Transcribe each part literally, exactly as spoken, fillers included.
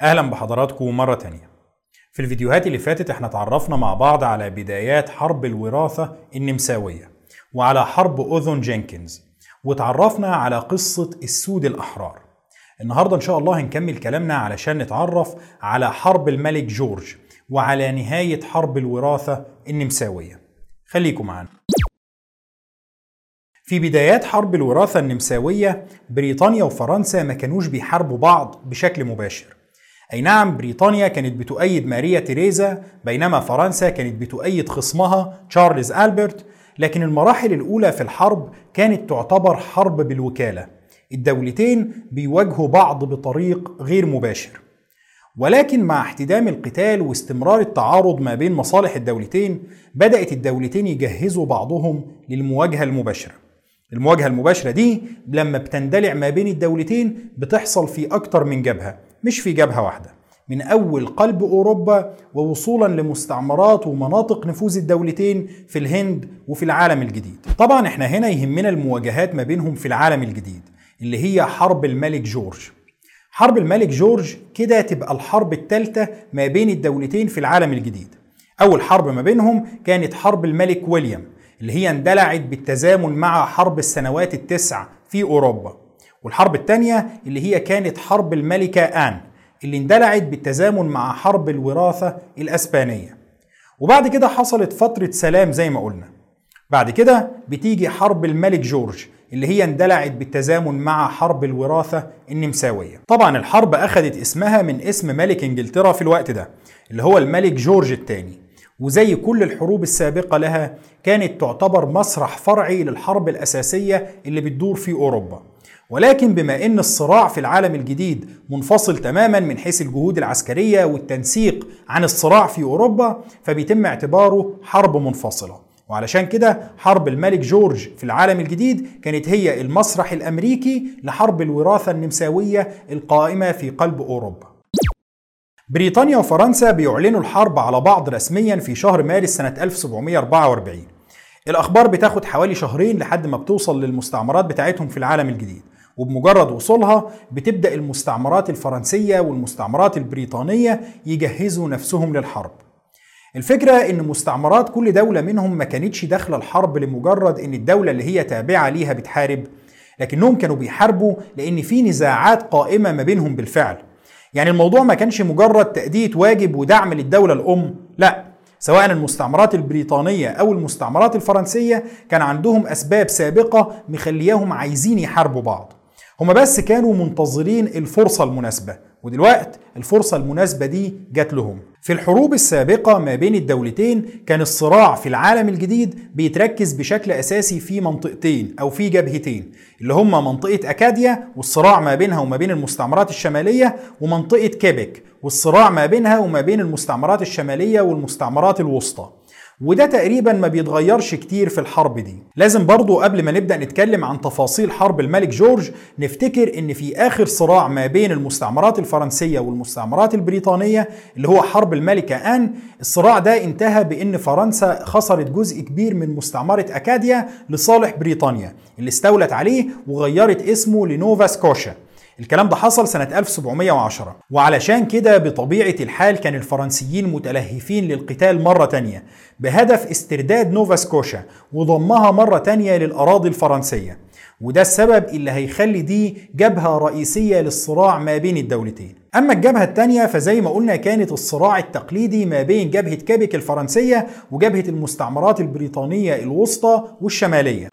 أهلا بحضراتكم مرة تانية. في الفيديوهات اللي فاتت احنا تعرفنا مع بعض على بدايات حرب الوراثة النمساوية وعلى حرب أذن جينكينز، وتعرفنا على قصة السود الأحرار. النهاردة إن شاء الله هنكمل كلامنا علشان نتعرف على حرب الملك جورج وعلى نهاية حرب الوراثة النمساوية. خليكم معانا. في بدايات حرب الوراثة النمساوية بريطانيا وفرنسا ما كانوش بيحاربوا بعض بشكل مباشر. أي نعم، بريطانيا كانت بتؤيد ماريا تيريزا بينما فرنسا كانت بتؤيد خصمها تشارلز ألبرت، لكن المراحل الأولى في الحرب كانت تعتبر حرب بالوكالة. الدولتين بيواجهوا بعض بطريق غير مباشر، ولكن مع احتدام القتال واستمرار التعارض ما بين مصالح الدولتين بدأت الدولتين يجهزوا بعضهم للمواجهة المباشرة. المواجهة المباشرة دي لما بتندلع ما بين الدولتين بتحصل في أكتر من جبهة، مش في جبهة واحدة، من أول قلب أوروبا ووصولا لمستعمرات ومناطق نفوذ الدولتين في الهند وفي العالم الجديد. طبعا احنا هنا يهمنا المواجهات ما بينهم في العالم الجديد اللي هي حرب الملك جورج. حرب الملك جورج كده تبقى الحرب الثالثة ما بين الدولتين في العالم الجديد. أول حرب ما بينهم كانت حرب الملك ويليام اللي هي اندلعت بالتزامن مع حرب السنوات التسع في أوروبا، والحرب الثانية اللي هي كانت حرب الملكة آن اللي اندلعت بالتزامن مع حرب الوراثة الأسبانية. وبعد كده حصلت فترة سلام زي ما قلنا. بعد كده بتيجي حرب الملك جورج اللي هي اندلعت بالتزامن مع حرب الوراثة النمساوية. طبعا الحرب أخذت اسمها من اسم ملك إنجلترا في الوقت ده اللي هو الملك جورج الثاني، وزي كل الحروب السابقة لها كانت تعتبر مسرح فرعي للحرب الأساسية اللي بتدور في أوروبا. ولكن بما أن الصراع في العالم الجديد منفصل تماما من حيث الجهود العسكرية والتنسيق عن الصراع في أوروبا، فبيتم اعتباره حرب منفصلة. وعلشان كده حرب الملك جورج في العالم الجديد كانت هي المسرح الأمريكي لحرب الوراثة النمساوية القائمة في قلب أوروبا. بريطانيا وفرنسا بيعلنوا الحرب على بعض رسميا في شهر مارس سنة ألف وسبعمائة وأربعة وأربعين. الأخبار بتاخد حوالي شهرين لحد ما بتوصل للمستعمرات بتاعتهم في العالم الجديد، وبمجرد وصولها بتبدأ المستعمرات الفرنسية والمستعمرات البريطانية يجهزوا نفسهم للحرب. الفكرة إن مستعمرات كل دولة منهم ما كانتش داخلة الحرب لمجرد إن الدولة اللي هي تابعة ليها بتحارب، لكنهم كانوا بيحاربوا لأن في نزاعات قائمة ما بينهم بالفعل. يعني الموضوع ما كانش مجرد تأدية واجب ودعم للدولة الأم، لا، سواء المستعمرات البريطانية أو المستعمرات الفرنسية كان عندهم أسباب سابقة مخليهم عايزين يحاربوا بعض. هما بس كانوا منتظرين الفرصة المناسبة، ودلوقتي الفرصة المناسبة دي جات لهم. في الحروب السابقة ما بين الدولتين كان الصراع في العالم الجديد بيتركز بشكل أساسي في منطقتين أو في جبهتين اللي هما منطقة أكاديا والصراع ما بينها وما بين المستعمرات الشمالية، ومنطقة كيبك والصراع ما بينها وما بين المستعمرات الشمالية والمستعمرات الوسطى. وده تقريبا ما بيتغيرش كتير في الحرب دي. لازم برضو قبل ما نبدأ نتكلم عن تفاصيل حرب الملك جورج نفتكر ان في اخر صراع ما بين المستعمرات الفرنسية والمستعمرات البريطانية اللي هو حرب الملكة آن، الصراع ده انتهى بان فرنسا خسرت جزء كبير من مستعمرة أكاديا لصالح بريطانيا اللي استولت عليه وغيرت اسمه لنوفا سكوشا. الكلام ده حصل سنة ألف وسبعمائة وعشرة، وعلشان كده بطبيعة الحال كان الفرنسيين متلهفين للقتال مرة تانية بهدف استرداد نوفا سكوشا وضمها مرة تانية للأراضي الفرنسية. وده السبب اللي هيخلي دي جبهة رئيسية للصراع ما بين الدولتين. أما الجبهة التانية فزي ما قلنا كانت الصراع التقليدي ما بين جبهة كيبك الفرنسية وجبهة المستعمرات البريطانية الوسطى والشمالية.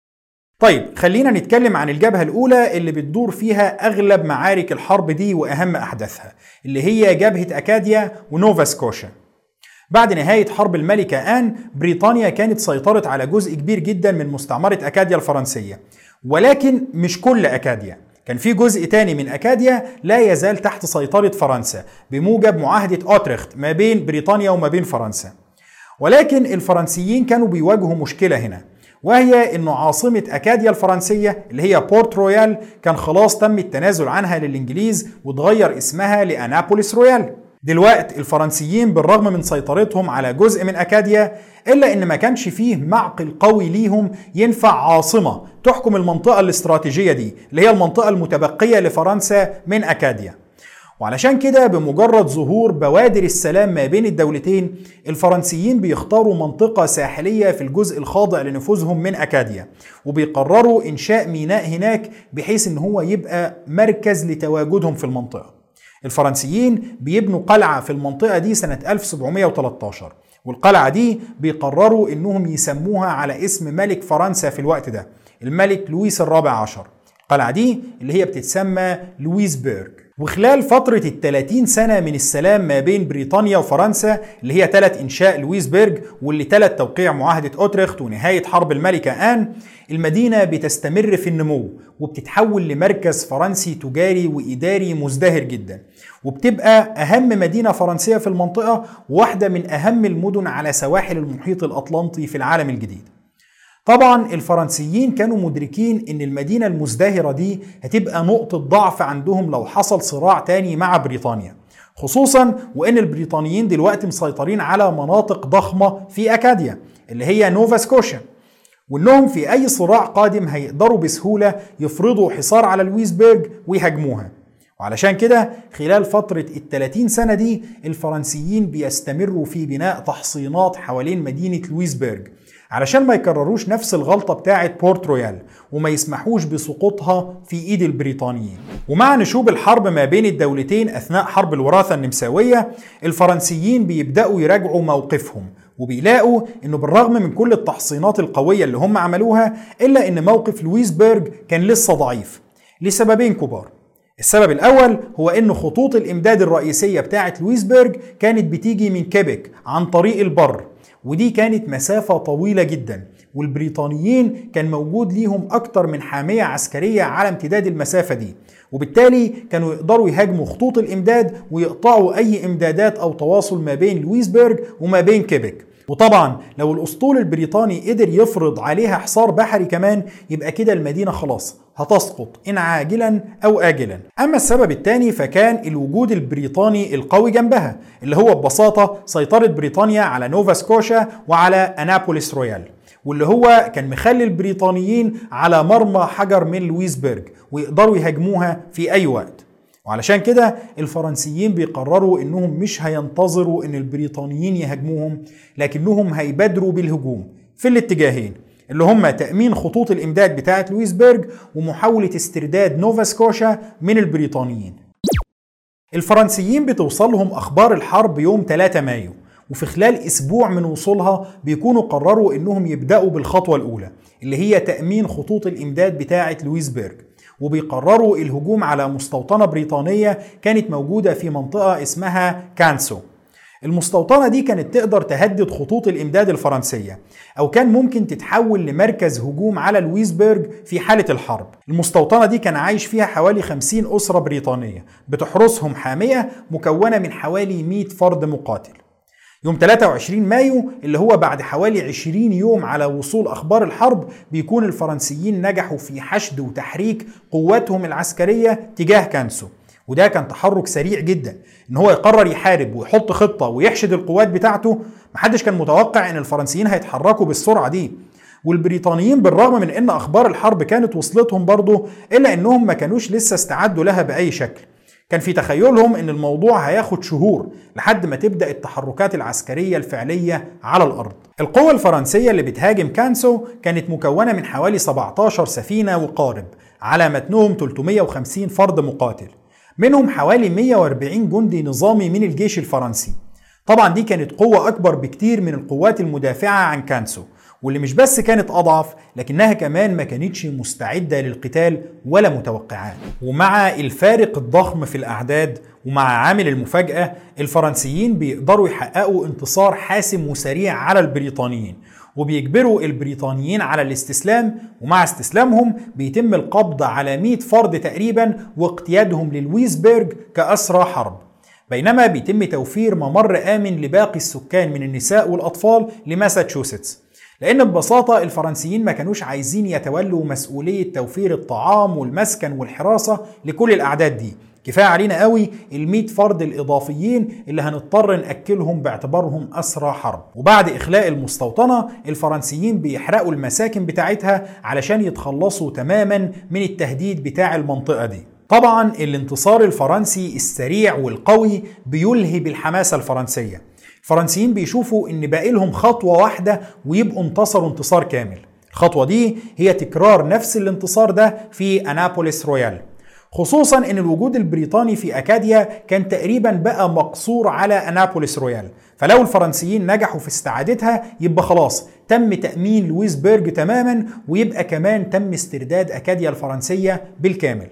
طيب خلينا نتكلم عن الجبهة الأولى اللي بتدور فيها أغلب معارك الحرب دي وأهم أحداثها، اللي هي جبهة أكاديا ونوفا سكوشا. بعد نهاية حرب الملكة آن بريطانيا كانت سيطرت على جزء كبير جدا من مستعمرة أكاديا الفرنسية، ولكن مش كل أكاديا، كان في جزء تاني من أكاديا لا يزال تحت سيطرة فرنسا بموجب معاهدة أوترخت ما بين بريطانيا وما بين فرنسا. ولكن الفرنسيين كانوا بيواجهوا مشكلة هنا، وهي انه عاصمة أكاديا الفرنسية اللي هي بورت رويال كان خلاص تم التنازل عنها للإنجليز وتغير اسمها لأنابوليس رويال. دلوقتي الفرنسيين بالرغم من سيطرتهم على جزء من أكاديا إلا إن ما كانش فيه معقل قوي ليهم ينفع عاصمة تحكم المنطقة الاستراتيجية دي اللي هي المنطقة المتبقية لفرنسا من أكاديا. وعلشان كده بمجرد ظهور بوادر السلام ما بين الدولتين، الفرنسيين بيختاروا منطقة ساحلية في الجزء الخاضع لنفوذهم من أكاديا، وبيقرروا إنشاء ميناء هناك بحيث إن هو يبقى مركز لتواجدهم في المنطقة. الفرنسيين بيبنوا قلعة في المنطقة دي سنة ألف وسبعمائة وثلاثة عشر، والقلعة دي بيقرروا إنهم يسموها على اسم ملك فرنسا في الوقت ده، الملك لويس الرابع عشر. القلعة دي اللي هي بتتسمى لويسبرغ. وخلال فترة الثلاثين سنة من السلام ما بين بريطانيا وفرنسا، اللي هي تلت إنشاء لويسبرغ واللي تلت توقيع معاهدة أوتريخت ونهاية حرب الملكة آن، المدينة بتستمر في النمو وبتتحول لمركز فرنسي تجاري وإداري مزدهر جدا، وبتبقى أهم مدينة فرنسية في المنطقة وواحدة من أهم المدن على سواحل المحيط الأطلنطي في العالم الجديد. طبعا الفرنسيين كانوا مدركين ان المدينة المزدهرة دي هتبقى نقطة ضعف عندهم لو حصل صراع تاني مع بريطانيا، خصوصا وان البريطانيين دلوقتي مسيطرين على مناطق ضخمة في أكاديا اللي هي نوفا سكوشيا، وانهم في اي صراع قادم هيقدروا بسهولة يفرضوا حصار على لويسبرغ ويهاجموها. وعلشان كده خلال فترة الثلاثين سنة دي الفرنسيين بيستمروا في بناء تحصينات حوالين مدينة لويسبرغ علشان ما يكرروش نفس الغلطة بتاعة بورت رويال وما يسمحوش بسقوطها في ايد البريطانيين. ومع نشوب الحرب ما بين الدولتين اثناء حرب الوراثة النمساوية، الفرنسيين بيبدأوا يراجعوا موقفهم وبيلاقوا انه بالرغم من كل التحصينات القوية اللي هم عملوها الا ان موقف لويسبرغ كان لسه ضعيف لسببين كبار. السبب الأول هو إن خطوط الإمداد الرئيسية بتاعة لويسبرغ كانت بتيجي من كيبك عن طريق البر، ودي كانت مسافة طويلة جدا، والبريطانيين كان موجود ليهم أكتر من حامية عسكرية على امتداد المسافة دي، وبالتالي كانوا يقدروا يهاجموا خطوط الإمداد ويقطعوا أي إمدادات أو تواصل ما بين لويسبرغ وما بين كيبك. وطبعا لو الأسطول البريطاني قدر يفرض عليها حصار بحري كمان، يبقى كده المدينة خلاص هتسقط إن عاجلا أو آجلا. أما السبب الثاني فكان الوجود البريطاني القوي جنبها، اللي هو ببساطة سيطرة بريطانيا على نوفا سكوشيا وعلى أنابوليس رويال، واللي هو كان مخلي البريطانيين على مرمى حجر من لويسبرغ ويقدروا يهاجموها في أي وقت. وعلشان كده الفرنسيين بيقرروا انهم مش هينتظروا ان البريطانيين يهاجموهم، لكنهم هيبادروا بالهجوم في الاتجاهين، اللي هم تأمين خطوط الإمداد بتاعة لويسبرغ ومحاولة استرداد نوفا سكوشيا من البريطانيين. الفرنسيين بتوصلهم أخبار الحرب يوم ثلاثة مايو، وفي خلال أسبوع من وصولها بيكونوا قرروا انهم يبدأوا بالخطوة الأولى اللي هي تأمين خطوط الإمداد بتاعة لويسبرغ، وبيقرروا الهجوم على مستوطنة بريطانية كانت موجودة في منطقة اسمها كانسو. المستوطنة دي كانت تقدر تهدد خطوط الإمداد الفرنسية، أو كان ممكن تتحول لمركز هجوم على لويسبرغ في حالة الحرب. المستوطنة دي كان عايش فيها حوالي خمسين أسرة بريطانية بتحرسهم حامية مكونة من حوالي مئة فرد مقاتل. يوم ثلاثة وعشرين مايو اللي هو بعد حوالي عشرين يوم على وصول أخبار الحرب، بيكون الفرنسيين نجحوا في حشد وتحريك قواتهم العسكرية تجاه كانسو، وده كان تحرك سريع جدا. ان هو يقرر يحارب ويحط خطة ويحشد القوات بتاعته، محدش كان متوقع ان الفرنسيين هيتحركوا بالسرعة دي. والبريطانيين بالرغم من ان اخبار الحرب كانت وصلتهم برضه، الا انهم ما كانوش لسه استعدوا لها بأي شكل. كان في تخيلهم ان الموضوع هياخد شهور لحد ما تبدأ التحركات العسكرية الفعلية على الارض. القوة الفرنسية اللي بتهاجم كانسو كانت مكونة من حوالي سبعة عشر سفينة وقارب على متنهم ثلاثمئة وخمسين فرد مقاتل، منهم حوالي مئة وأربعين جندي نظامي من الجيش الفرنسي. طبعا دي كانت قوة أكبر بكتير من القوات المدافعة عن كانسو، واللي مش بس كانت أضعف لكنها كمان ما كانتش مستعدة للقتال ولا متوقعات. ومع الفارق الضخم في الأعداد ومع عامل المفاجأة، الفرنسيين بيقدروا يحققوا انتصار حاسم وسريع على البريطانيين، وبيجبروا البريطانيين على الاستسلام، ومع استسلامهم بيتم القبض على مئة فرد تقريبا واقتيادهم للويسبرغ كأسرى حرب، بينما بيتم توفير ممر آمن لباقي السكان من النساء والأطفال لماساتشوستس، لأن ببساطة الفرنسيين ما كانوش عايزين يتولوا مسؤولية توفير الطعام والمسكن والحراسة لكل الأعداد دي. كفاية علينا قوي المئة فرد الإضافيين اللي هنضطر نأكلهم باعتبارهم أسرى حرب. وبعد إخلاء المستوطنة، الفرنسيين بيحرقوا المساكن بتاعتها علشان يتخلصوا تماما من التهديد بتاع المنطقة دي. طبعا الانتصار الفرنسي السريع والقوي بيلهب الحماسة الفرنسية. الفرنسيين بيشوفوا ان باقي لهم خطوة واحدة ويبقوا انتصروا انتصار كامل. الخطوة دي هي تكرار نفس الانتصار ده في أنابوليس رويال، خصوصا ان الوجود البريطاني في أكاديا كان تقريبا بقى مقصور على أنابوليس رويال، فلو الفرنسيين نجحوا في استعادتها يبقى خلاص تم تأمين لويسبرج تماما، ويبقى كمان تم استرداد أكاديا الفرنسية بالكامل.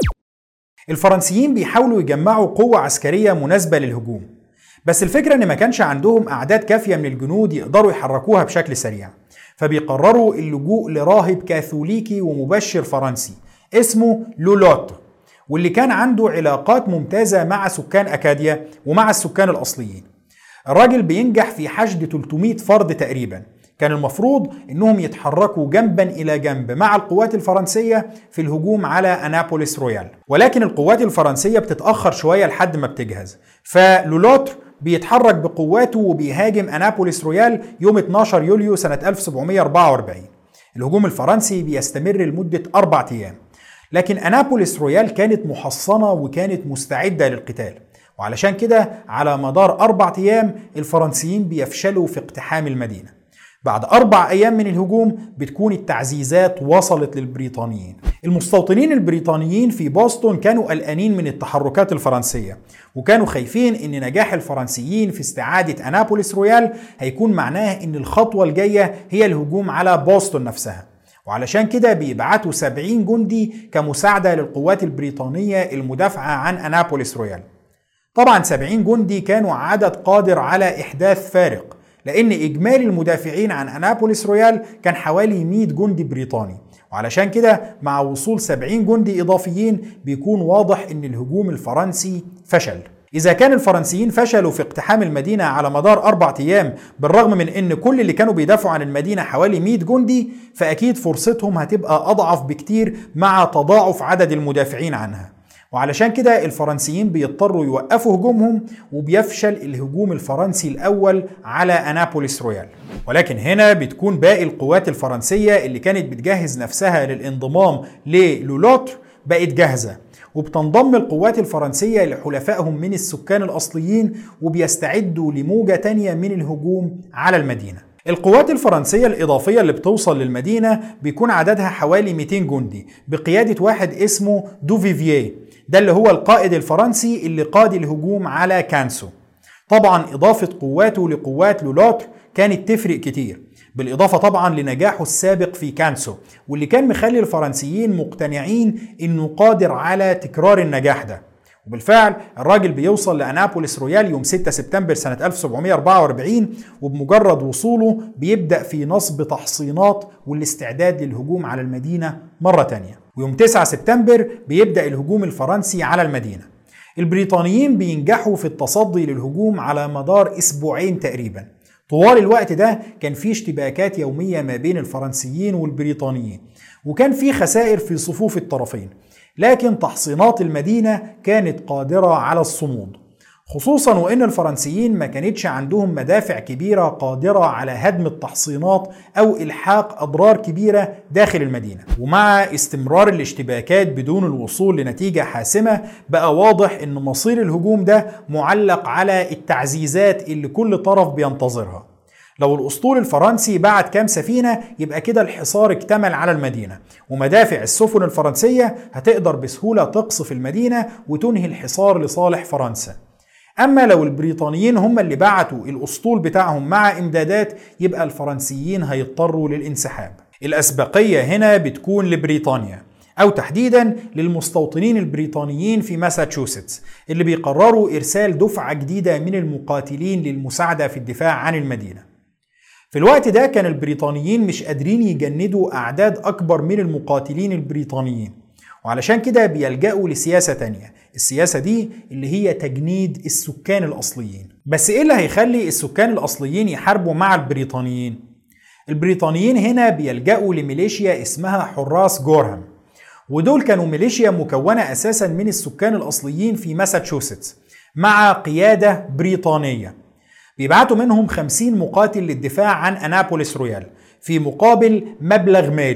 الفرنسيين بيحاولوا يجمعوا قوة عسكرية مناسبة للهجوم، بس الفكرة ان ما كانش عندهم أعداد كافية من الجنود يقدروا يحركوها بشكل سريع، فبيقرروا اللجوء لراهب كاثوليكي ومبشر فرنسي اسمه لولوت، واللي كان عنده علاقات ممتازة مع سكان أكاديا ومع السكان الأصليين. الراجل بينجح في حشد ثلاثمائة فرد تقريبا، كان المفروض انهم يتحركوا جنبا الى جنب مع القوات الفرنسية في الهجوم على أنابوليس رويال، ولكن القوات الفرنسية بتتأخر شوية لحد ما بتجهز، فلولوتر بيتحرك بقواته وبيهاجم أنابوليس رويال يوم اتناشر يوليو سنة ألف وسبعمائة وأربعة وأربعين. الهجوم الفرنسي بيستمر لمدة أربعة أيام، لكن أنابوليس رويال كانت محصنة وكانت مستعدة للقتال، وعلشان كده على مدار أربعة أيام الفرنسيين بيفشلوا في اقتحام المدينة. بعد أربع أيام من الهجوم بتكون التعزيزات وصلت للبريطانيين. المستوطنين البريطانيين في بوسطن كانوا قلقانين من التحركات الفرنسية، وكانوا خايفين إن نجاح الفرنسيين في استعادة أنابوليس رويال هيكون معناه إن الخطوة الجاية هي الهجوم على بوسطن نفسها، وعلشان كده بيبعتوا سبعين جندي كمساعدة للقوات البريطانية المدافعة عن أنابوليس رويال. طبعا سبعين جندي كانوا عدد قادر على إحداث فارق، لأن إجمالي المدافعين عن أنابوليس رويال كان حوالي مئة جندي بريطاني، وعلشان كده مع وصول سبعين جندي إضافيين بيكون واضح إن الهجوم الفرنسي فشل. إذا كان الفرنسيين فشلوا في اقتحام المدينة على مدار أربعة أيام بالرغم من إن كل اللي كانوا بيدافعوا عن المدينة حوالي مئة جندي، فأكيد فرصتهم هتبقى أضعف بكتير مع تضاعف عدد المدافعين عنها، وعلشان كده الفرنسيين بيضطروا يوقفوا هجومهم، وبيفشل الهجوم الفرنسي الأول على أنابوليس رويال. ولكن هنا بتكون باقي القوات الفرنسية اللي كانت بتجهز نفسها للانضمام للولوتر بقت جاهزة، وبتنضم القوات الفرنسية لحلفائهم من السكان الأصليين، وبيستعدوا لموجة تانية من الهجوم على المدينة. القوات الفرنسية الإضافية اللي بتوصل للمدينة بيكون عددها حوالي مئتين جندي بقيادة واحد اسمه دوفيفييه، ده اللي هو القائد الفرنسي اللي قاد الهجوم على كانسو. طبعا إضافة قواته لقوات لولوتر كانت تفرق كتير، بالإضافة طبعا لنجاحه السابق في كانسو، واللي كان مخلي الفرنسيين مقتنعين إنه قادر على تكرار النجاح ده. وبالفعل الراجل بيوصل لأنابوليس رويال يوم ستة سبتمبر سنة ألف وسبعمائة وأربعة وأربعين، وبمجرد وصوله بيبدأ في نصب تحصينات والاستعداد للهجوم على المدينة مرة تانية. ويوم تسعة سبتمبر بيبدأ الهجوم الفرنسي على المدينة. البريطانيين بينجحوا في التصدي للهجوم على مدار أسبوعين تقريبا. طوال الوقت ده كان في اشتباكات يومية ما بين الفرنسيين والبريطانيين، وكان في خسائر في صفوف الطرفين، لكن تحصينات المدينة كانت قادرة على الصمود، خصوصا وإن الفرنسيين ما كانتش عندهم مدافع كبيرة قادرة على هدم التحصينات أو إلحاق أضرار كبيرة داخل المدينة. ومع استمرار الاشتباكات بدون الوصول لنتيجة حاسمة، بقى واضح إن مصير الهجوم ده معلق على التعزيزات اللي كل طرف بينتظرها. لو الأسطول الفرنسي بعت كام سفينة يبقى كده الحصار اكتمل على المدينة، ومدافع السفن الفرنسية هتقدر بسهولة تقصف المدينة وتنهي الحصار لصالح فرنسا. أما لو البريطانيين هم اللي بعتوا الأسطول بتاعهم مع إمدادات، يبقى الفرنسيين هيضطروا للانسحاب. الأسبقية هنا بتكون لبريطانيا، أو تحديدا للمستوطنين البريطانيين في ماساتشوستس اللي بيقرروا إرسال دفعة جديدة من المقاتلين للمساعدة في الدفاع عن المدينة. في الوقت ده كان البريطانيين مش قادرين يجندوا أعداد أكبر من المقاتلين البريطانيين، وعلشان كده بيلجأوا لسياسة تانية. السياسة دي اللي هي تجنيد السكان الأصليين. بس إيه اللي هيخلي السكان الأصليين يحاربوا مع البريطانيين؟ البريطانيين هنا بيلجأوا لميليشيا اسمها حراس جورهام، ودول كانوا ميليشيا مكونة أساسا من السكان الأصليين في ماساتشوستس مع قيادة بريطانية. بيبعتوا منهم خمسين مقاتل للدفاع عن أنابوليس رويال في مقابل مبلغ مالي،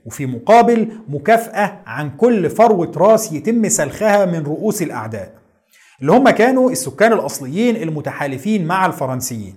وفي مقابل مكافأة عن كل فروة راس يتم سلخها من رؤوس الأعداء اللي هم كانوا السكان الأصليين المتحالفين مع الفرنسيين.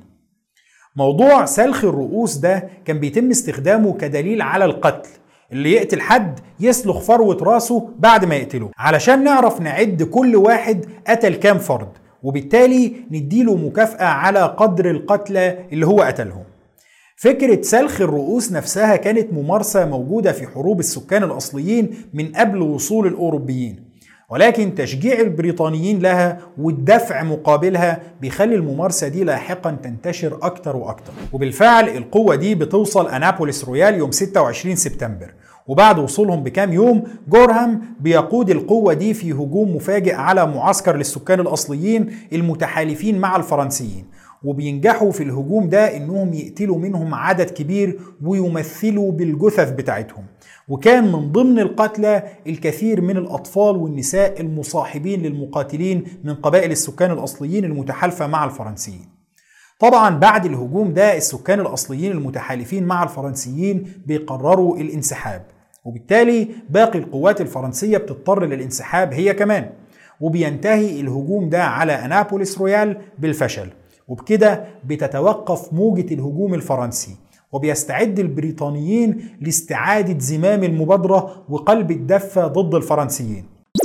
موضوع سلخ الرؤوس ده كان بيتم استخدامه كدليل على القتل، اللي يقتل حد يسلخ فروة راسه بعد ما يقتله علشان نعرف نعد كل واحد قتل كام فرد، وبالتالي نديله مكافأة على قدر القتلى اللي هو قتلهم. فكرة سلخ الرؤوس نفسها كانت ممارسة موجودة في حروب السكان الأصليين من قبل وصول الأوروبيين، ولكن تشجيع البريطانيين لها والدفع مقابلها بيخلي الممارسة دي لاحقا تنتشر أكتر وأكتر. وبالفعل القوة دي بتوصل أنابوليس رويال يوم ستة وعشرين سبتمبر، وبعد وصولهم بكام يوم جورهام بيقود القوة دي في هجوم مفاجئ على معسكر للسكان الأصليين المتحالفين مع الفرنسيين، وبينجحوا في الهجوم ده انهم يقتلوا منهم عدد كبير ويمثلوا بالجثث بتاعتهم، وكان من ضمن القتلى الكثير من الأطفال والنساء المصاحبين للمقاتلين من قبائل السكان الأصليين المتحالفة مع الفرنسيين. طبعا بعد الهجوم ده السكان الأصليين المتحالفين مع الفرنسيين بيقرروا الانسحاب، وبالتالي باقي القوات الفرنسية بتضطر للانسحاب هي كمان، وبينتهي الهجوم ده على أنابوليس رويال بالفشل، وبكده بتتوقف موجة الهجوم الفرنسي، وبيستعد البريطانيين لاستعادة زمام المبادرة وقلب الدفة ضد الفرنسيين.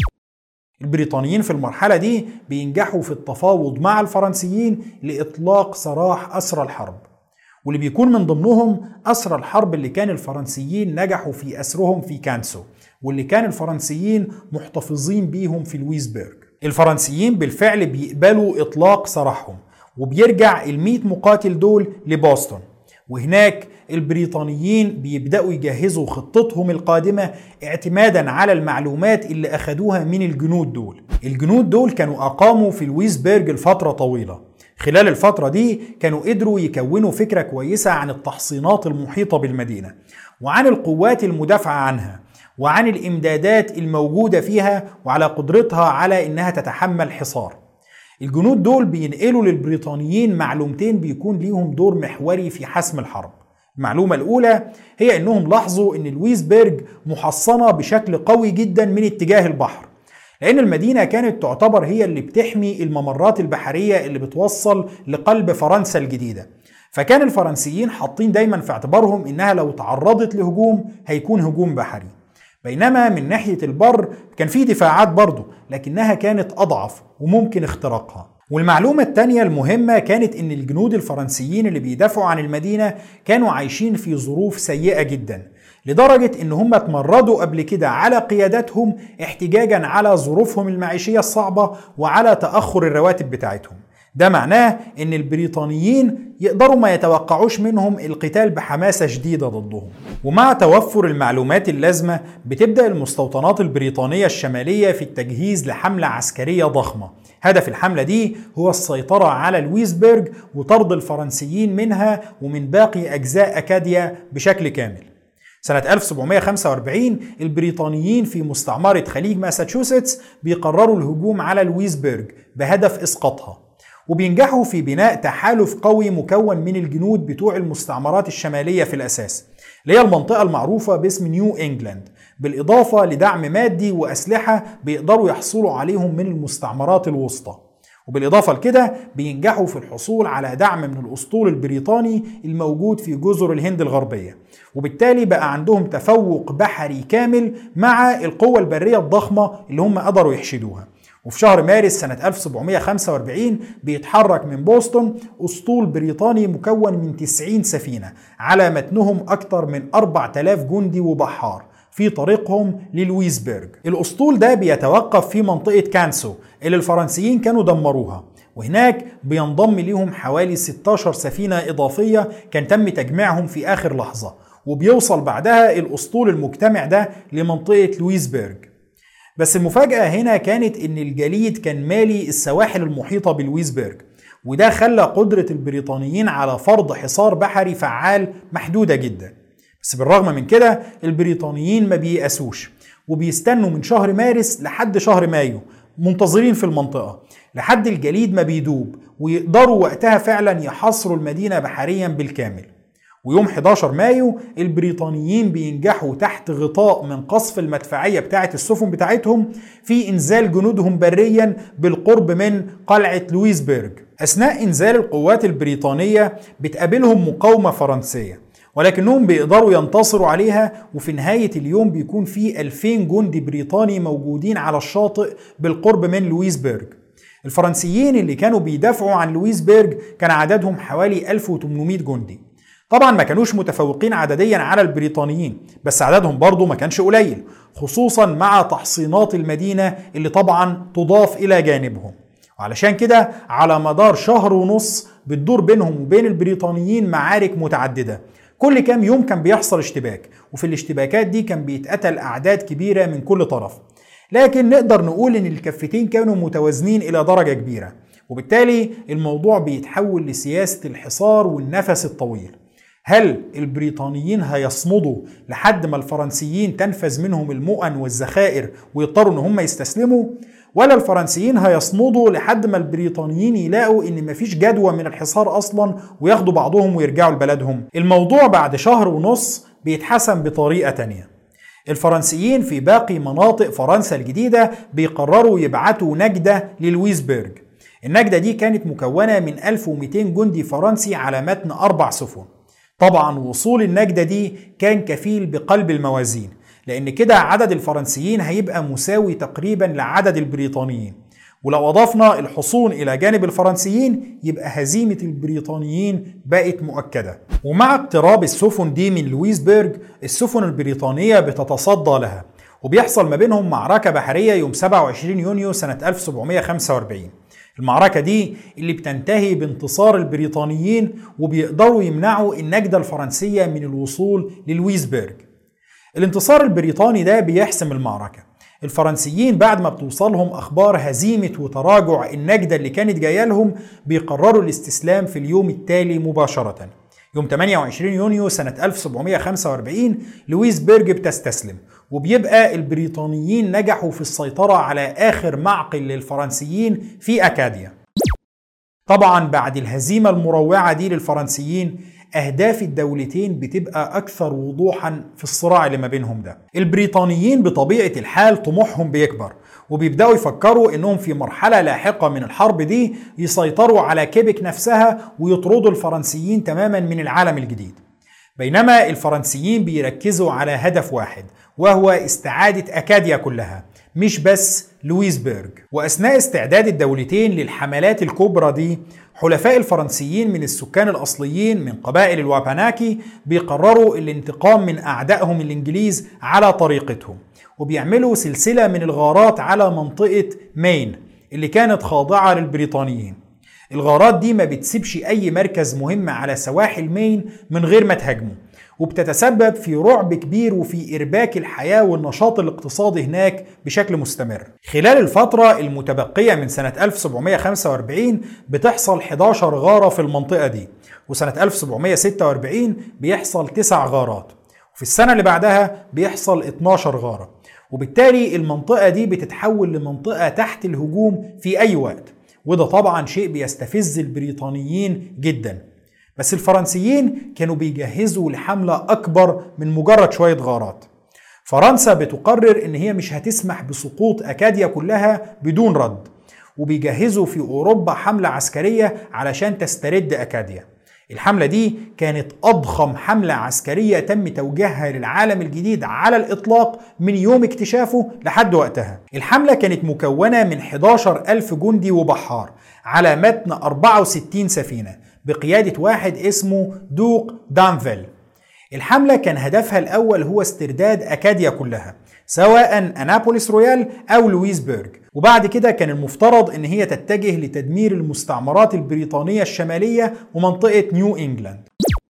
البريطانيين في المرحلة دي بينجحوا في التفاوض مع الفرنسيين لإطلاق سراح أسرى الحرب، واللي بيكون من ضمنهم أسرى الحرب اللي كان الفرنسيين نجحوا في أسرهم في كانسو، واللي كان الفرنسيين محتفظين بيهم في لويسبرغ. الفرنسيين بالفعل بيقبلوا إطلاق سراحهم، وبيرجع المئة مقاتل دول لبوسطن، وهناك البريطانيين بيبدأوا يجهزوا خطتهم القادمة اعتمادا على المعلومات اللي أخدوها من الجنود دول. الجنود دول كانوا أقاموا في لويسبرغ لفترة طويلة، خلال الفترة دي كانوا قدروا يكونوا فكرة كويسة عن التحصينات المحيطة بالمدينة، وعن القوات المدافعة عنها، وعن الإمدادات الموجودة فيها، وعلى قدرتها على إنها تتحمل حصار. الجنود دول بينقلوا للبريطانيين معلومتين بيكون ليهم دور محوري في حسم الحرب. المعلومة الأولى هي إنهم لاحظوا إن لويسبرغ محصنة بشكل قوي جدا من اتجاه البحر، لأن المدينة كانت تعتبر هي اللي بتحمي الممرات البحرية اللي بتوصل لقلب فرنسا الجديدة، فكان الفرنسيين حاطين دايما في اعتبارهم إنها لو تعرضت لهجوم هيكون هجوم بحري، بينما من ناحية البر كان في دفاعات برضه لكنها كانت أضعف وممكن اختراقها. والمعلومة التانية المهمة كانت إن الجنود الفرنسيين اللي بيدافعوا عن المدينة كانوا عايشين في ظروف سيئة جدا، لدرجة إن هم اتمردوا قبل كده على قياداتهم احتجاجا على ظروفهم المعيشية الصعبة وعلى تأخر الرواتب بتاعتهم. ده معناه إن البريطانيين يقدروا ما يتوقعوش منهم القتال بحماسة شديدة ضدهم. ومع توفر المعلومات اللازمة بتبدأ المستوطنات البريطانية الشمالية في التجهيز لحملة عسكرية ضخمة. هدف الحملة دي هو السيطرة على لويسبرغ وطرد الفرنسيين منها ومن باقي أجزاء أكاديا بشكل كامل. سنة ألف وسبعمائة وخمسة وأربعين البريطانيين في مستعمرة خليج ماساتشوستس بيقرروا الهجوم على لويسبرغ بهدف إسقاطها، وبينجحوا في بناء تحالف قوي مكون من الجنود بتوع المستعمرات الشمالية في الأساس، اللي هي المنطقة المعروفة باسم نيو إنجلاند، بالإضافة لدعم مادي وأسلحة بيقدروا يحصلوا عليهم من المستعمرات الوسطى. وبالإضافة لكده بينجحوا في الحصول على دعم من الأسطول البريطاني الموجود في جزر الهند الغربية، وبالتالي بقى عندهم تفوق بحري كامل مع القوة البرية الضخمة اللي هم قدروا يحشدوها. وفي شهر مارس سنة ألف وسبعمائة وخمسة وأربعين بيتحرك من بوسطن أسطول بريطاني مكون من تسعين سفينة على متنهم أكثر من أربعة آلاف جندي وبحار في طريقهم للويسبرغ. الأسطول ده بيتوقف في منطقة كانسو اللي الفرنسيين كانوا دمروها، وهناك بينضم ليهم حوالي ستة عشر سفينة إضافية كان تم تجميعهم في آخر لحظة، وبيوصل بعدها الأسطول المجتمع ده لمنطقة لويسبرغ. بس المفاجأة هنا كانت إن الجليد كان مالي السواحل المحيطة بلويسبرغ، وده خلى قدرة البريطانيين على فرض حصار بحري فعال محدودة جدا. بس بالرغم من كده البريطانيين ما بييأسوش، وبيستنوا من شهر مارس لحد شهر مايو منتظرين في المنطقة لحد الجليد ما بيدوب، ويقدروا وقتها فعلا يحاصروا المدينة بحريا بالكامل. ويوم حداشر مايو البريطانيين بينجحوا تحت غطاء من قصف المدفعية بتاعة السفن بتاعتهم في إنزال جنودهم بريا بالقرب من قلعة لويسبرج. أثناء إنزال القوات البريطانية بتقابلهم مقاومة فرنسية، ولكنهم بيقدروا ينتصروا عليها، وفي نهاية اليوم بيكون في ألفين جندي بريطاني موجودين على الشاطئ بالقرب من لويسبرج. الفرنسيين اللي كانوا بيدافعوا عن لويسبرج كان عددهم حوالي ألف وثمانمائة جندي. طبعا ما كانوش متفوقين عدديا على البريطانيين، بس عددهم برضو ما كانش قليل، خصوصا مع تحصينات المدينة اللي طبعا تضاف إلى جانبهم. وعلشان كده على مدار شهر ونص بتدور بينهم وبين البريطانيين معارك متعددة. كل كام يوم كان بيحصل اشتباك، وفي الاشتباكات دي كان بيتقتل أعداد كبيرة من كل طرف. لكن نقدر نقول إن الكفتين كانوا متوازنين إلى درجة كبيرة، وبالتالي الموضوع بيتحول لسياسة الحصار والنفس الطويل. هل البريطانيين هيصمدوا لحد ما الفرنسيين تنفذ منهم المؤن والذخائر ويضطروا ان هم يستسلموا، ولا الفرنسيين هيصمدوا لحد ما البريطانيين يلاقوا ان مفيش جدوى من الحصار اصلا وياخدوا بعضهم ويرجعوا لبلدهم؟ الموضوع بعد شهر ونص بيتحسم بطريقة تانية. الفرنسيين في باقي مناطق فرنسا الجديدة بيقرروا يبعتوا نجدة للويسبرج. النجدة دي كانت مكونة من ألف ومئتين جندي فرنسي على متن أربع سفن. طبعا وصول النجدة دي كان كفيل بقلب الموازين، لأن كده عدد الفرنسيين هيبقى مساوي تقريبا لعدد البريطانيين، ولو أضفنا الحصون إلى جانب الفرنسيين يبقى هزيمة البريطانيين بقت مؤكدة. ومع اقتراب السفن دي من لويسبرج السفن البريطانية بتتصدى لها، وبيحصل ما بينهم معركة بحرية يوم سبعة وعشرين يونيو سنة ألف وسبعمائة وخمسة وأربعين. المعركة دي اللي بتنتهي بانتصار البريطانيين وبيقدروا يمنعوا النجدة الفرنسية من الوصول للويسبرج. الانتصار البريطاني ده بيحسم المعركة. الفرنسيين بعد ما بتوصلهم أخبار هزيمة وتراجع النجدة اللي كانت جاية لهم بيقرروا الاستسلام في اليوم التالي مباشرة. يوم ثمانية وعشرين يونيو سنة ألف وسبعمائة وخمسة وأربعين لويسبرج بتستسلم، وبيبقى البريطانيين نجحوا في السيطرة على آخر معقل للفرنسيين في أكاديا. طبعا بعد الهزيمة المروعة دي للفرنسيين أهداف الدولتين بتبقى أكثر وضوحا في الصراع اللي ما بينهم ده. البريطانيين بطبيعة الحال طموحهم بيكبر، وبيبدأوا يفكروا إنهم في مرحلة لاحقة من الحرب دي يسيطروا على كيبك نفسها ويطردوا الفرنسيين تماما من العالم الجديد. بينما الفرنسيين بيركزوا على هدف واحد، وهو استعادة أكاديا كلها مش بس لويسبرج. وأثناء استعداد الدولتين للحملات الكبرى دي حلفاء الفرنسيين من السكان الأصليين من قبائل الواباناكي بيقرروا الانتقام من أعدائهم الإنجليز على طريقتهم، وبيعملوا سلسلة من الغارات على منطقة مين اللي كانت خاضعة للبريطانيين. الغارات دي ما بتسيبش أي مركز مهم على سواحل مين من غير ما تهاجمه، وبتتسبب في رعب كبير وفي إرباك الحياة والنشاط الاقتصادي هناك بشكل مستمر. خلال الفترة المتبقية من سنة ألف وسبعمائة وخمسة وأربعين بتحصل إحدى عشرة غارة في المنطقة دي، وسنة ألف وسبعمائة وستة وأربعين بيحصل تسع غارات، وفي السنة اللي بعدها بيحصل اثناشر غارة. وبالتالي المنطقة دي بتتحول لمنطقة تحت الهجوم في أي وقت، وده طبعا شيء بيستفز البريطانيين جدا. بس الفرنسيين كانوا بيجهزوا لحملة أكبر من مجرد شوية غارات. فرنسا بتقرر إن هي مش هتسمح بسقوط أكاديا كلها بدون رد، وبيجهزوا في أوروبا حملة عسكرية علشان تسترد أكاديا. الحملة دي كانت أضخم حملة عسكرية تم توجيهها للعالم الجديد على الإطلاق من يوم اكتشافه لحد وقتها. الحملة كانت مكونة من إحدى عشر ألف جندي وبحار على متن أربعة وستين سفينة بقيادة واحد اسمه دوق دانفيل. الحملة كان هدفها الأول هو استرداد أكاديا كلها، سواء أنابوليس رويال أو لويسبرج، وبعد كده كان المفترض إن هي تتجه لتدمير المستعمرات البريطانية الشمالية ومنطقة نيو إنجلاند.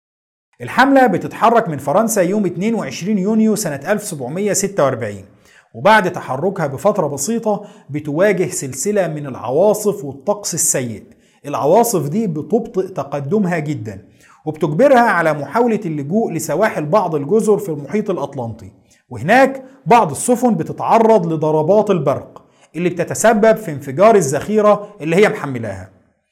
الحملة بتتحرك من فرنسا يوم اثنين وعشرين يونيو سنة ألف وسبعمائة وستة وأربعين، وبعد تحركها بفترة بسيطة بتواجه سلسلة من العواصف والطقس السيء. العواصف دي بتبطئ تقدمها جدا، وبتجبرها على محاولة اللجوء لسواحل بعض الجزر في المحيط الأطلنطي، وهناك بعض السفن بتتعرض لضربات البرق اللي بتتسبب في انفجار الذخيرة اللي هي محملاها.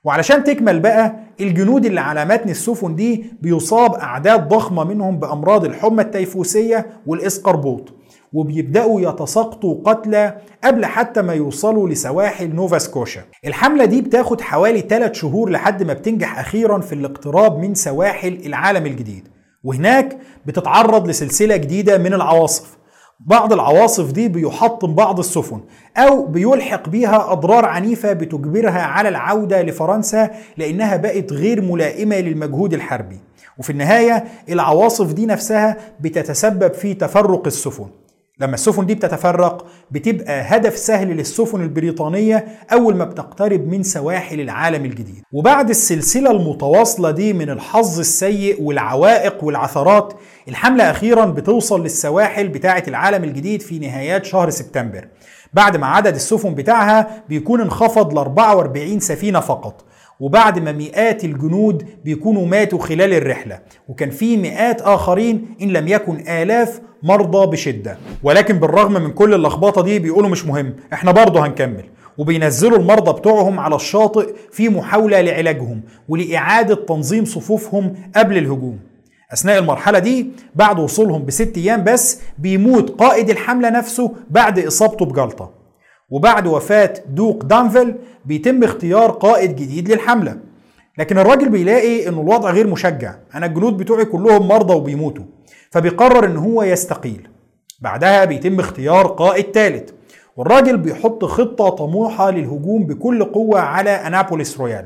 وعلشان تكمل بقى، الجنود اللي على متن السفن دي بيصاب أعداد ضخمة منهم بأمراض الحمى التيفوسية والإسقربوط، وبيبدأوا يتساقطوا قتلى قبل حتى ما يوصلوا لسواحل نوفا سكوشا. الحملة دي بتاخد حوالي ثلاث شهور لحد ما بتنجح أخيرا في الاقتراب من سواحل العالم الجديد، وهناك بتتعرض لسلسلة جديدة من العواصف. بعض العواصف دي بيحطم بعض السفن أو بيلحق بيها أضرار عنيفة بتجبرها على العودة لفرنسا لأنها بقت غير ملائمة للمجهود الحربي. وفي النهاية العواصف دي نفسها بتتسبب في تفرق السفن. لما السفن دي بتتفرق بتبقى هدف سهل للسفن البريطانية أول ما بتقترب من سواحل العالم الجديد. وبعد السلسلة المتواصلة دي من الحظ السيء والعوائق والعثرات، الحملة أخيرا بتوصل للسواحل بتاعة العالم الجديد في نهايات شهر سبتمبر، بعد ما عدد السفن بتاعها بيكون انخفض ل أربعة وأربعين سفينة فقط، وبعد ما مئات الجنود بيكونوا ماتوا خلال الرحلة، وكان في مئات آخرين إن لم يكن آلاف مرضى بشدة. ولكن بالرغم من كل اللخبطة دي بيقولوا مش مهم، احنا برضه هنكمل، وبينزلوا المرضى بتوعهم على الشاطئ في محاولة لعلاجهم ولإعادة تنظيم صفوفهم قبل الهجوم. أثناء المرحلة دي بعد وصولهم بست أيام بس بيموت قائد الحملة نفسه بعد إصابته بجلطة، وبعد وفاة دوق دانفيل بيتم اختيار قائد جديد للحملة. لكن الراجل بيلاقي انه الوضع غير مشجع، انا الجنود بتوعي كلهم مرضى وبيموتوا، فبيقرر ان هو يستقيل. بعدها بيتم اختيار قائد ثالث، والراجل بيحط خطة طموحة للهجوم بكل قوة على أنابوليس رويال.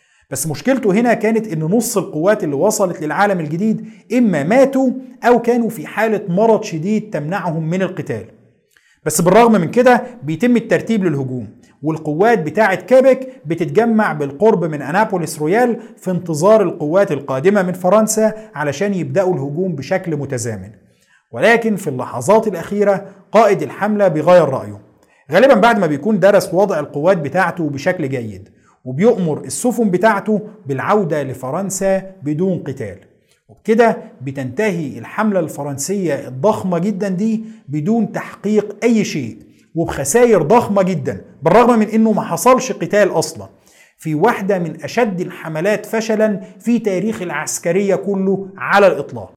بس مشكلته هنا كانت ان نص القوات اللي وصلت للعالم الجديد اما ماتوا او كانوا في حالة مرض شديد تمنعهم من القتال. بس بالرغم من كده بيتم الترتيب للهجوم، والقوات بتاعة كيبك بتتجمع بالقرب من أنابوليس رويال في انتظار القوات القادمة من فرنسا علشان يبدأوا الهجوم بشكل متزامن. ولكن في اللحظات الأخيرة قائد الحملة بيغير رأيه، غالبا بعد ما بيكون درس وضع القوات بتاعته بشكل جيد، وبيؤمر السفن بتاعته بالعودة لفرنسا بدون قتال. وبكده بتنتهي الحملة الفرنسية الضخمة جدا دي بدون تحقيق أي شيء وبخسائر ضخمة جدا، بالرغم من أنه ما حصلش قتال أصلا، في واحدة من أشد الحملات فشلا في تاريخ العسكرية كله على الإطلاق.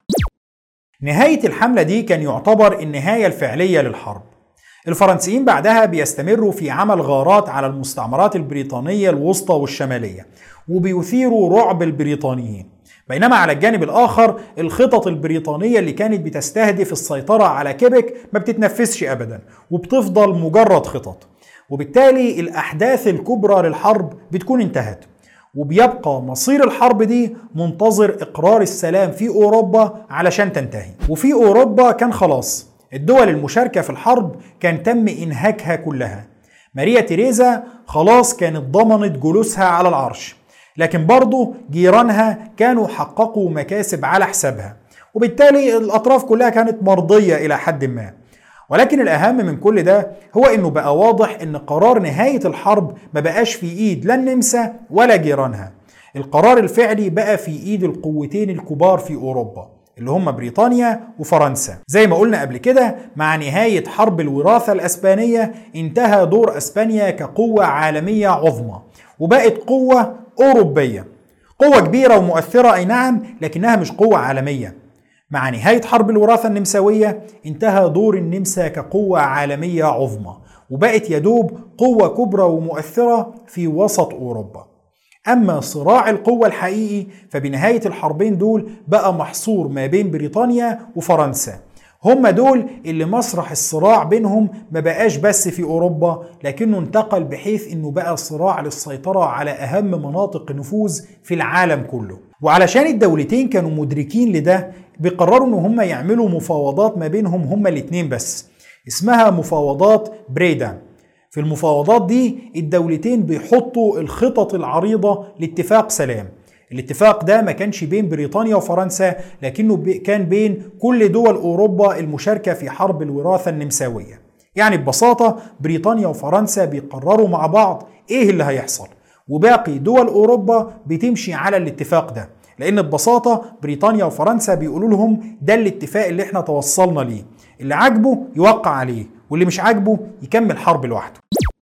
نهاية الحملة دي كان يعتبر النهاية الفعلية للحرب. الفرنسيين بعدها بيستمروا في عمل غارات على المستعمرات البريطانية الوسطى والشمالية، وبيثيروا رعب البريطانيين. بينما على الجانب الآخر الخطط البريطانية اللي كانت بتستهدف السيطرة على كيبك ما بتتنفذش أبدا، وبتفضل مجرد خطط. وبالتالي الأحداث الكبرى للحرب بتكون انتهت، وبيبقى مصير الحرب دي منتظر إقرار السلام في أوروبا علشان تنتهي. وفي أوروبا كان خلاص الدول المشاركة في الحرب كان تم إنهاكها كلها. ماريا تيريزا خلاص كانت ضمنت جلوسها على العرش، لكن برضه جيرانها كانوا حققوا مكاسب على حسابها، وبالتالي الأطراف كلها كانت مرضية إلى حد ما. ولكن الأهم من كل ده هو إنه بقى واضح إن قرار نهاية الحرب ما بقاش في إيد لا النمسا ولا جيرانها. القرار الفعلي بقى في إيد القوتين الكبار في أوروبا اللي هم بريطانيا وفرنسا. زي ما قلنا قبل كده، مع نهاية حرب الوراثة الأسبانية انتهى دور أسبانيا كقوة عالمية عظمى، وبقت قوة أوروبية، قوة كبيرة ومؤثرة أي نعم، لكنها مش قوة عالمية. مع نهاية حرب الوراثة النمساوية انتهى دور النمسا كقوة عالمية عظمى، وبقت يدوب قوة كبرى ومؤثرة في وسط أوروبا. أما صراع القوة الحقيقي فبنهاية الحربين دول بقى محصور ما بين بريطانيا وفرنسا. هم دول اللي مسرح الصراع بينهم ما بقاش بس في أوروبا، لكنه انتقل بحيث انه بقى صراع للسيطرة على أهم مناطق نفوذ في العالم كله. وعلشان الدولتين كانوا مدركين لده بيقرروا ان هم يعملوا مفاوضات ما بينهم هم الاتنين بس، اسمها مفاوضات بريدا. في المفاوضات دي الدولتين بيحطوا الخطط العريضة لاتفاق سلام. الاتفاق ده ما كانش بين بريطانيا وفرنسا، لكنه كان بين كل دول أوروبا المشاركة في حرب الوراثة النمساوية. يعني ببساطة بريطانيا وفرنسا بيقرروا مع بعض ايه اللي هيحصل، وباقي دول أوروبا بتمشي على الاتفاق ده، لأن ببساطة بريطانيا وفرنسا بيقولوا لهم ده الاتفاق اللي احنا توصلنا ليه، اللي عاجبه يوقع عليه واللي مش عاجبه يكمل حرب لوحده.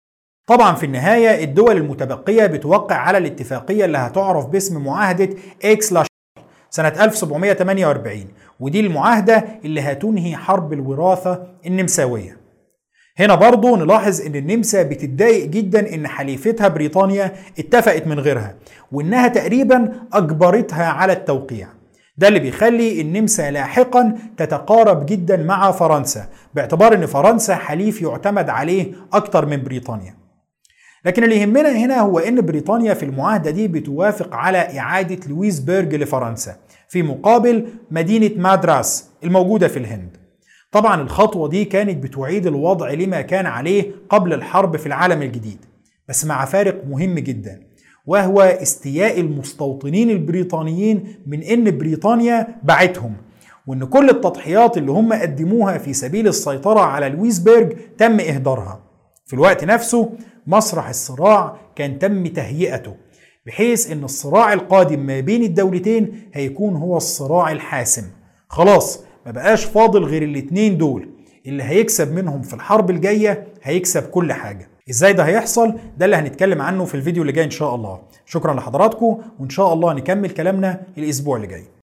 طبعا في النهاية الدول المتبقية بتوقع على الاتفاقية اللي هتعرف باسم معاهدة اكس لا سنة ألف وسبعمائة وثمانية وأربعين، ودي المعاهدة اللي هتنهي حرب الوراثة النمساوية. هنا برضو نلاحظ ان النمسا بتتضايق جدا ان حليفتها بريطانيا اتفقت من غيرها، وانها تقريبا اجبرتها على التوقيع. ده اللي بيخلي النمسا لاحقا تتقارب جدا مع فرنسا، باعتبار ان فرنسا حليف يعتمد عليه اكتر من بريطانيا. لكن اللي يهمنا هنا هو ان بريطانيا في المعاهدة دي بتوافق على اعادة لويسبرج لفرنسا في مقابل مدينة مادراس الموجودة في الهند. طبعا الخطوة دي كانت بتعيد الوضع لما كان عليه قبل الحرب في العالم الجديد، بس مع فارق مهم جدا، وهو استياء المستوطنين البريطانيين من ان بريطانيا باعتهم، وان كل التضحيات اللي هم قدموها في سبيل السيطرة على لويسبرج تم اهدارها. في الوقت نفسه مسرح الصراع كان تم تهيئته، بحيث ان الصراع القادم ما بين الدولتين هيكون هو الصراع الحاسم. خلاص ما بقاش فاضل غير الاتنين دول، اللي هيكسب منهم في الحرب الجاية هيكسب كل حاجة. ازاي ده هيحصل؟ ده اللي هنتكلم عنه في الفيديو اللي جاي ان شاء الله. شكرا لحضراتكم، وان شاء الله نكمل كلامنا الاسبوع اللي جاي.